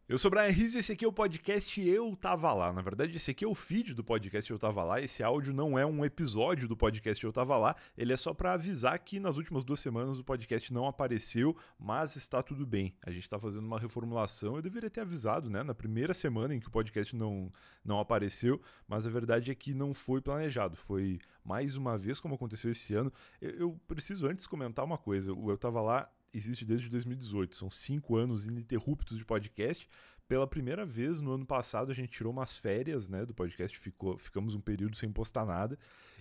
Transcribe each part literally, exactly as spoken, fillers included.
Eu sou o Brian Rizzo e esse aqui é o podcast Eu Tava Lá. Na verdade, esse aqui é o feed do podcast Eu Tava Lá. Esse áudio não é um episódio do podcast Eu Tava Lá. Ele é só pra avisar que nas últimas duas semanas o podcast não apareceu, mas está tudo bem. A gente tá fazendo uma reformulação. Eu deveria ter avisado, né, na primeira semana em que o podcast não, não apareceu, mas a verdade é que não foi planejado. Foi mais uma vez como aconteceu esse ano. Eu, eu preciso antes comentar uma coisa. O Eu Tava Lá existe desde dois mil e dezoito, são cinco anos ininterruptos de podcast. Pela primeira vez no ano passado a gente tirou umas férias, né, do podcast, ficou, ficamos um período sem postar nada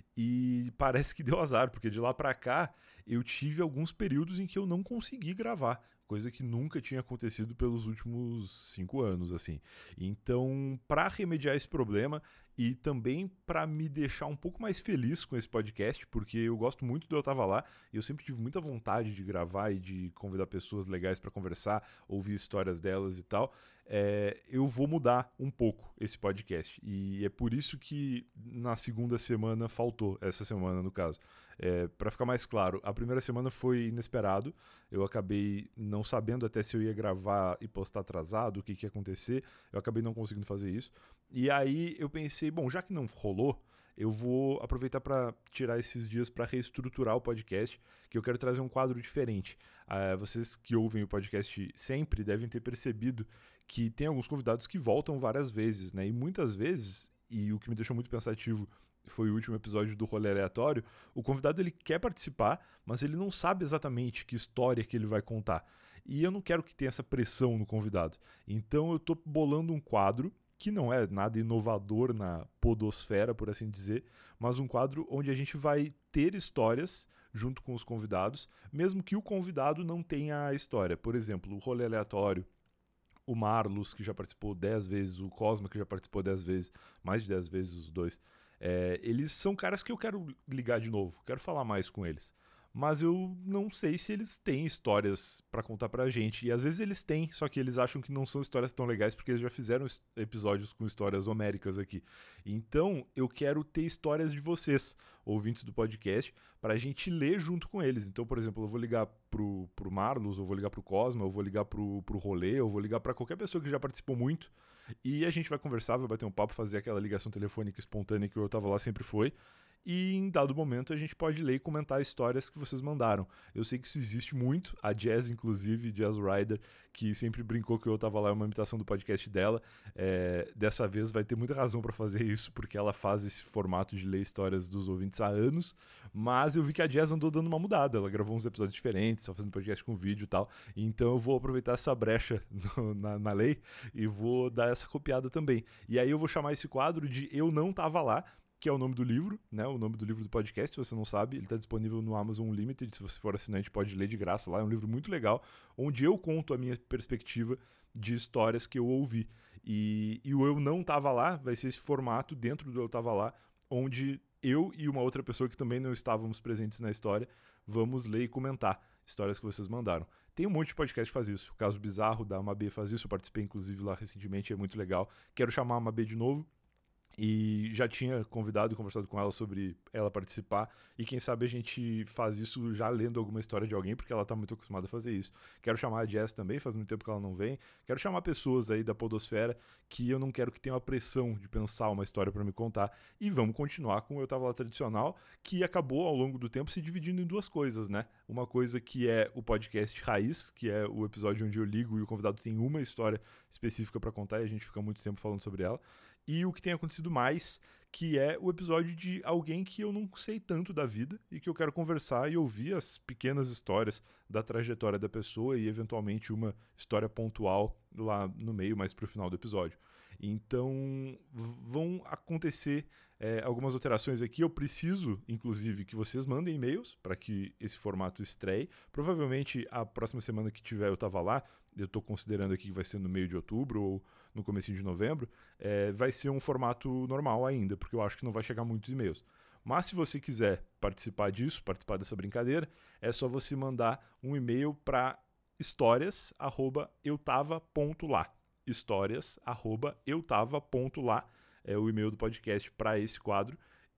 e parece que deu azar, porque de lá pra cá eu tive alguns períodos em que eu não consegui gravar, coisa que nunca tinha acontecido pelos últimos cinco anos, assim. Então, para remediar esse problema e também para me deixar um pouco mais feliz com esse podcast, porque eu gosto muito do Eu Tava Lá e eu sempre tive muita vontade de gravar e de convidar pessoas legais para conversar, ouvir histórias delas e tal, é, eu vou mudar um pouco esse podcast. E é por isso que na segunda semana faltou, essa semana no caso. É, para ficar mais claro, a primeira semana foi inesperado, eu acabei não sabendo até se eu ia gravar e postar atrasado, o que, que ia acontecer, eu acabei não conseguindo fazer isso. E aí eu pensei, bom, já que não rolou, eu vou aproveitar para tirar esses dias para reestruturar o podcast, que eu quero trazer um quadro diferente. Uh, vocês que ouvem o podcast sempre devem ter percebido que tem alguns convidados que voltam várias vezes, né? E muitas vezes, e o que me deixou muito pensativo foi o último episódio do Rolê Aleatório, o convidado ele quer participar, mas ele não sabe exatamente que história que ele vai contar. E eu não quero que tenha essa pressão no convidado. Então eu tô bolando um quadro que não é nada inovador na podosfera, por assim dizer, mas um quadro onde a gente vai ter histórias junto com os convidados, mesmo que o convidado não tenha a história. Por exemplo, o Rolê Aleatório, o Marlos, que já participou dez vezes, o Cosma, que já participou dez vezes, mais de dez vezes os dois, é, eles são caras que eu quero ligar de novo, quero falar mais com eles. Mas eu não sei se eles têm histórias pra contar pra gente. E às vezes eles têm, só que eles acham que não são histórias tão legais porque eles já fizeram episódios com histórias homéricas aqui. Então eu quero ter histórias de vocês, ouvintes do podcast, pra gente ler junto com eles. Então, por exemplo, eu vou ligar pro, pro Marlos, eu vou ligar pro Cosma, eu vou ligar pro, pro Rolê, eu vou ligar pra qualquer pessoa que já participou muito. E a gente vai conversar, vai bater um papo, fazer aquela ligação telefônica espontânea que eu tava lá sempre foi. E em dado momento a gente pode ler e comentar histórias que vocês mandaram. Eu sei que isso existe muito, a Jazz inclusive, Jazz Rider, que sempre brincou que eu tava lá, é uma imitação do podcast dela, é, dessa vez vai ter muita razão para fazer isso, porque ela faz esse formato de ler histórias dos ouvintes há anos, mas eu vi que a Jazz andou dando uma mudada, ela gravou uns episódios diferentes, só fazendo podcast com vídeo e tal, então eu vou aproveitar essa brecha no, na, na lei e vou dar essa copiada também. E aí eu vou chamar esse quadro de Eu Não Tava Lá, que é o nome do livro, né? O nome do livro do podcast, se você não sabe, ele está disponível no Amazon Unlimited, se você for assinante pode ler de graça lá, é um livro muito legal, onde eu conto a minha perspectiva de histórias que eu ouvi. E, e o Eu Não Tava Lá vai ser esse formato dentro do Eu Tava Lá, onde eu e uma outra pessoa que também não estávamos presentes na história, vamos ler e comentar histórias que vocês mandaram. Tem um monte de podcast que faz isso, o Caso Bizarro da Mabê faz isso, eu participei inclusive lá recentemente, é muito legal. Quero chamar a Mabê de novo, e já tinha convidado e conversado com ela sobre ela participar, e quem sabe a gente faz isso já lendo alguma história de alguém, porque ela tá muito acostumada a fazer isso. Quero chamar a Jess também, faz muito tempo que ela não vem. Quero chamar pessoas aí da podosfera que eu não quero que tenha uma pressão de pensar uma história para me contar. E vamos continuar com o Eu Tava Lá tradicional, que acabou ao longo do tempo se dividindo em duas coisas, né? Uma coisa que é o podcast raiz, que é o episódio onde eu ligo e o convidado tem uma história específica para contar e a gente fica muito tempo falando sobre ela. E o que tem acontecido mais, que é o episódio de alguém que eu não sei tanto da vida e que eu quero conversar e ouvir as pequenas histórias da trajetória da pessoa e eventualmente uma história pontual lá no meio, mais pro final do episódio. Então vão acontecer é, algumas alterações aqui. Eu preciso, inclusive, que vocês mandem e-mails para que esse formato estreie. Provavelmente a próxima semana que tiver eu tava lá, eu estou considerando aqui que vai ser no meio de outubro ou no comecinho de novembro, é, vai ser um formato normal ainda, porque eu acho que não vai chegar muitos e-mails. Mas se você quiser participar disso, participar dessa brincadeira, é só você mandar um e-mail para histórias arroba eutava ponto lá. histórias arroba eutava ponto lá é o e-mail do podcast para esse quadro.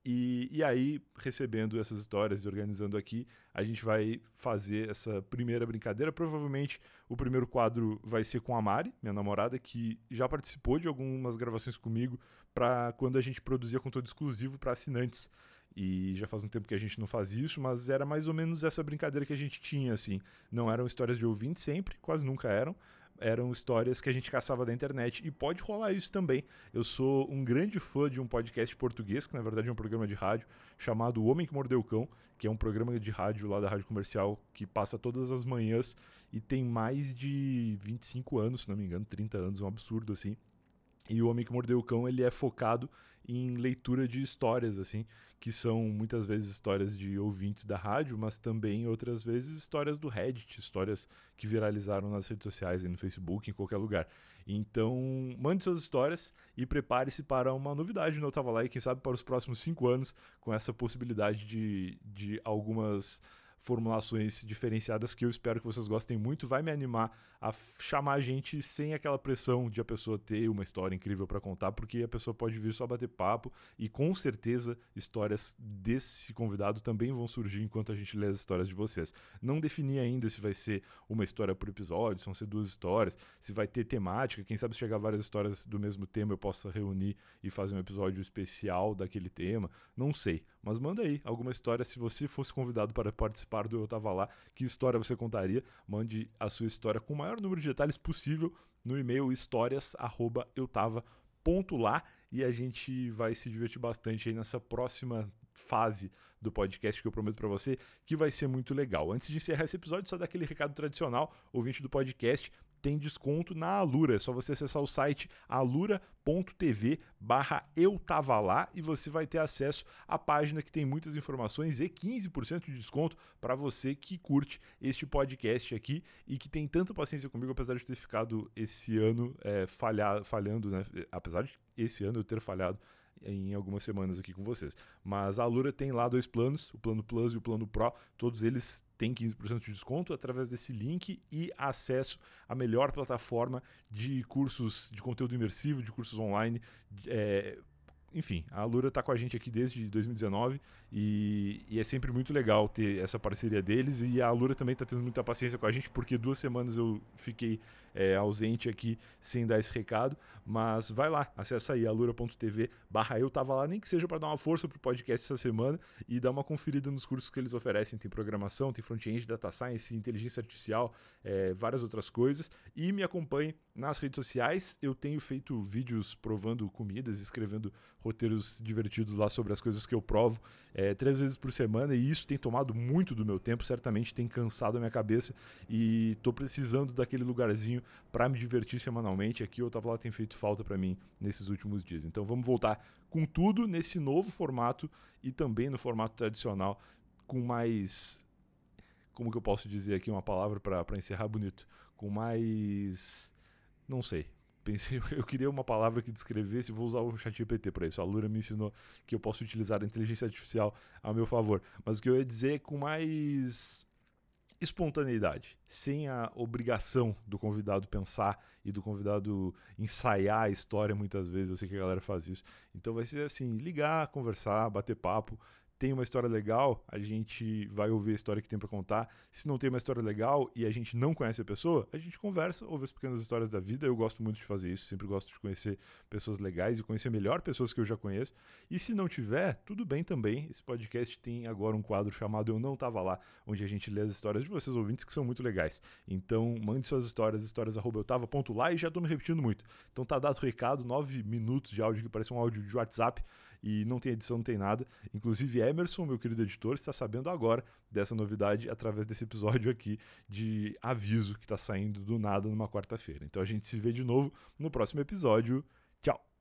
E, e aí, recebendo essas histórias e organizando aqui, a gente vai fazer essa primeira brincadeira. Provavelmente o primeiro quadro vai ser com a Mari, minha namorada, que já participou de algumas gravações comigo para quando a gente produzia conteúdo exclusivo para assinantes. E já faz um tempo que a gente não faz isso, mas era mais ou menos essa brincadeira que a gente tinha, assim. Não eram histórias de ouvinte sempre, quase nunca eram. Eram histórias que a gente caçava da internet. E pode rolar isso também. Eu sou um grande fã de um podcast português, que na verdade é um programa de rádio, chamado O Homem que Mordeu o Cão, que é um programa de rádio lá da Rádio Comercial, que passa todas as manhãs e tem mais de vinte e cinco anos, se não me engano, trinta anos, um absurdo assim. E o Homem que Mordeu o Cão, ele é focado em leitura de histórias, assim, que são muitas vezes histórias de ouvintes da rádio, mas também outras vezes histórias do Reddit, histórias que viralizaram nas redes sociais, no Facebook, em qualquer lugar. Então, mande suas histórias e prepare-se para uma novidade no Eu Tava Lá e quem sabe para os próximos cinco anos, com essa possibilidade de, de algumas formulações diferenciadas que eu espero que vocês gostem muito. Vai me animar a chamar a gente sem aquela pressão de a pessoa ter uma história incrível para contar, porque a pessoa pode vir só bater papo e com certeza histórias desse convidado também vão surgir enquanto a gente lê as histórias de vocês. Não defini ainda se vai ser uma história por episódio, se vão ser duas histórias, se vai ter temática, quem sabe se chegar várias histórias do mesmo tema eu possa reunir e fazer um episódio especial daquele tema, não sei. Mas manda aí alguma história, se você fosse convidado para participar do Eu Tava Lá, que história você contaria? Mande a sua história com o maior número de detalhes possível no e-mail histórias arroba eu tava ponto lá e a gente vai se divertir bastante aí nessa próxima fase do podcast que eu prometo para você, que vai ser muito legal. Antes de encerrar esse episódio, só dar aquele recado tradicional, ouvinte do podcast, tem desconto na Alura, é só você acessar o site alura.tv barra eu tava lá e você vai ter acesso à página que tem muitas informações e quinze por cento de desconto para você que curte este podcast aqui e que tem tanta paciência comigo, apesar de ter ficado esse ano é, falha, falhando, né? Apesar de esse ano eu ter falhado em algumas semanas aqui com vocês. Mas a Alura tem lá dois planos, o plano Plus e o plano Pro, todos eles têm quinze por cento de desconto através desse link e acesso à melhor plataforma de cursos de conteúdo imersivo, de cursos online, é, enfim, a Alura está com a gente aqui desde dois mil e dezenove e, e é sempre muito legal ter essa parceria deles e a Alura também está tendo muita paciência com a gente porque duas semanas eu fiquei é, ausente aqui sem dar esse recado, mas vai lá, acessa aí alura.tv barra eu tava lá, nem que seja para dar uma força pro podcast essa semana e dar uma conferida nos cursos que eles oferecem, tem programação, tem front-end, data science, inteligência artificial, é, várias outras coisas e me acompanhe nas redes sociais, eu tenho feito vídeos provando comidas, escrevendo roteiros divertidos lá sobre as coisas que eu provo é, três vezes por semana e isso tem tomado muito do meu tempo, certamente tem cansado a minha cabeça e tô precisando daquele lugarzinho para me divertir semanalmente. Aqui eu tava lá, tem feito falta para mim nesses últimos dias. Então vamos voltar com tudo nesse novo formato e também no formato tradicional com mais... Como que eu posso dizer aqui uma palavra para encerrar bonito? Com mais... Não sei. Pensei, eu queria uma palavra que descrevesse, vou usar o ChatGPT para isso. A Lura me ensinou que eu posso utilizar a inteligência artificial a meu favor. Mas o que eu ia dizer é com mais espontaneidade, sem a obrigação do convidado pensar e do convidado ensaiar a história muitas vezes. Eu sei que a galera faz isso. Então vai ser assim, ligar, conversar, bater papo. Tem uma história legal, a gente vai ouvir a história que tem para contar. Se não tem uma história legal e a gente não conhece a pessoa, a gente conversa, ouve as pequenas histórias da vida. Eu gosto muito de fazer isso, sempre gosto de conhecer pessoas legais e conhecer melhor pessoas que eu já conheço. E se não tiver, tudo bem também. Esse podcast tem agora um quadro chamado Eu Não Tava Lá, onde a gente lê as histórias de vocês ouvintes que são muito legais. Então, mande suas histórias, histórias arroba eu tava ponto lá e já tô me repetindo muito. Então tá dado o recado, nove minutos de áudio que parece um áudio de WhatsApp. E não tem edição, não tem nada. Inclusive Emerson, meu querido editor, está sabendo agora dessa novidade através desse episódio aqui de aviso que está saindo do nada numa quarta-feira. Então a gente se vê de novo no próximo episódio. Tchau!